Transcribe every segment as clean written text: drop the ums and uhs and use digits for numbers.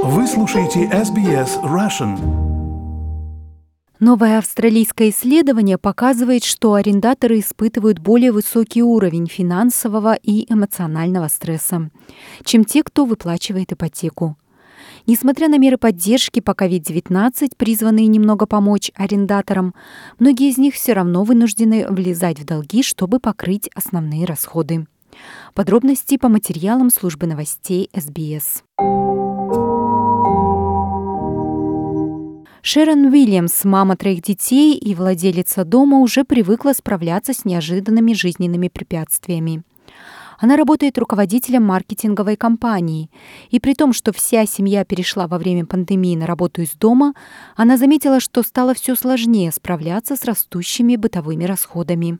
Вы слушаете SBS Russian. Новое австралийское исследование показывает, что арендаторы испытывают более высокий уровень финансового и эмоционального стресса, чем те, кто выплачивает ипотеку. Несмотря на меры поддержки по COVID-19, призванные немного помочь арендаторам, многие из них все равно вынуждены влезать в долги, чтобы покрыть основные расходы. Подробности по материалам службы новостей SBS. Шерон Уильямс, мама 3 детей и владелица дома, уже привыкла справляться с неожиданными жизненными препятствиями. Она работает руководителем маркетинговой компании, и при том, что вся семья перешла во время пандемии на работу из дома, она заметила, что стало все сложнее справляться с растущими бытовыми расходами.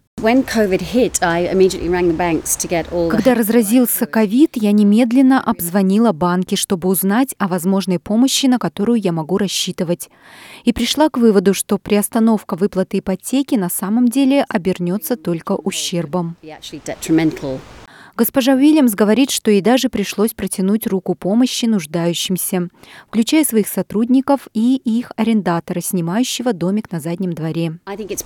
Когда разразился ковид, я немедленно обзвонила банки, чтобы узнать о возможной помощи, на которую я могу рассчитывать, и пришла к выводу, что приостановка выплаты ипотеки на самом деле обернется только ущербом. Госпожа Уильямс говорит, что ей даже пришлось протянуть руку помощи нуждающимся, включая своих сотрудников и их арендатора, снимающего домик на заднем дворе.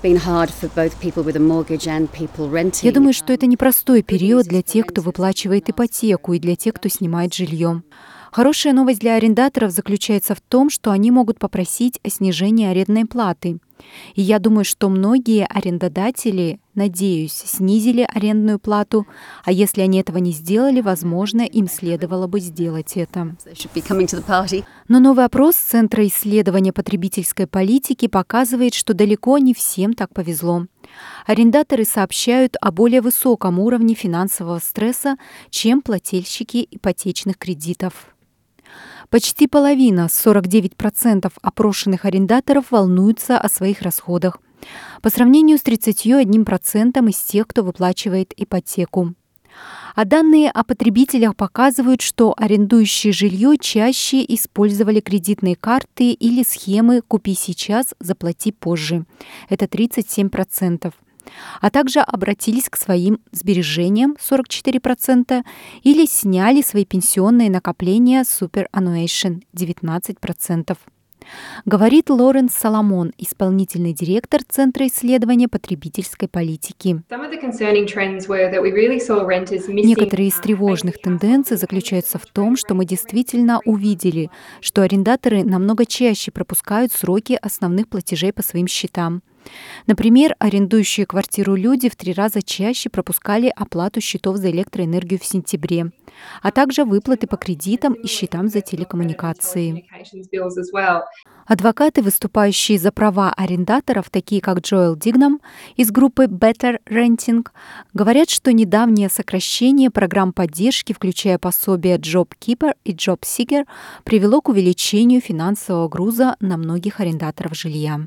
Я думаю, что это непростой период для тех, кто выплачивает ипотеку, и для тех, кто снимает жилье. Хорошая новость для арендаторов заключается в том, что они могут попросить о снижении арендной платы. И я думаю, что многие арендодатели, надеюсь, снизили арендную плату, а если они этого не сделали, возможно, им следовало бы сделать это. Но новый опрос Центра исследования потребительской политики показывает, что далеко не всем так повезло. Арендаторы сообщают о более высоком уровне финансового стресса, чем плательщики ипотечных кредитов. Почти половина, 49% опрошенных арендаторов волнуются о своих расходах, по сравнению с 31% из тех, кто выплачивает ипотеку. А данные о потребителях показывают, что арендующие жилье чаще использовали кредитные карты или схемы «Купи сейчас, заплати позже». Это 37%. А также обратились к своим сбережениям 44% или сняли свои пенсионные накопления Superannuation 19%. Говорит Лоренс Соломон, исполнительный директор Центра исследования потребительской политики. Некоторые из тревожных тенденций заключаются в том, что мы действительно увидели, что арендаторы намного чаще пропускают сроки основных платежей по своим счетам. Например, арендующие квартиру люди в 3 раза чаще пропускали оплату счетов за электроэнергию в сентябре, а также выплаты по кредитам и счетам за телекоммуникации. Адвокаты, выступающие за права арендаторов, такие как Джоэл Дигнам из группы Better Renting, говорят, что недавнее сокращение программ поддержки, включая пособия JobKeeper и JobSeeker, привело к увеличению финансового груза на многих арендаторов жилья.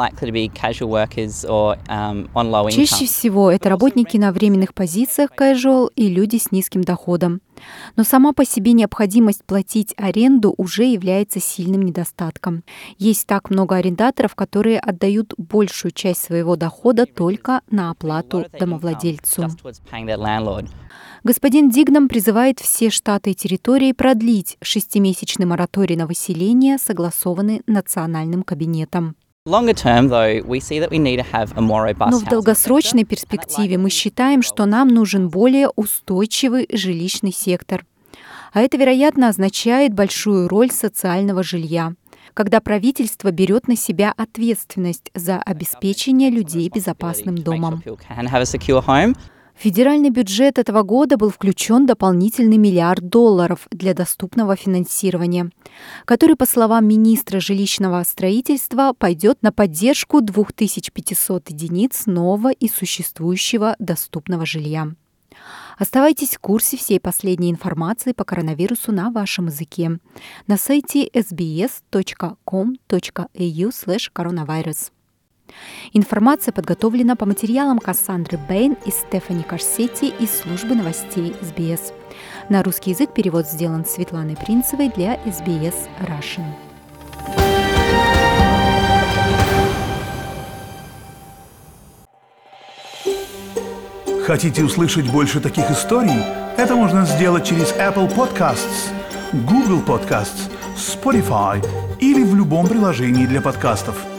Чаще всего это работники на временных позициях casual и люди с низким доходом. Но сама по себе необходимость платить аренду уже является сильным недостатком. Есть так много арендаторов, которые отдают большую часть своего дохода только на оплату домовладельцу. Господин Дигнам призывает все штаты и территории продлить 6-месячный мораторий на выселение, согласованный Национальным кабинетом. Но в долгосрочной перспективе мы считаем, что нам нужен более устойчивый жилищный сектор. А это, вероятно, означает большую роль социального жилья, когда правительство берет на себя ответственность за обеспечение людей безопасным домом. В федеральный бюджет этого года был включен дополнительный $1 миллиард для доступного финансирования, который, по словам министра жилищного строительства, пойдет на поддержку 2500 единиц нового и существующего доступного жилья. Оставайтесь в курсе всей последней информации по коронавирусу на вашем языке на сайте sbs.com.au/coronavirus. Информация подготовлена по материалам Кассандры Бэйн и Стефани Корсетти из службы новостей SBS. На русский язык перевод сделан Светланой Принцевой для SBS Russian. Хотите услышать больше таких историй? Это можно сделать через Apple Podcasts, Google Podcasts, Spotify или в любом приложении для подкастов.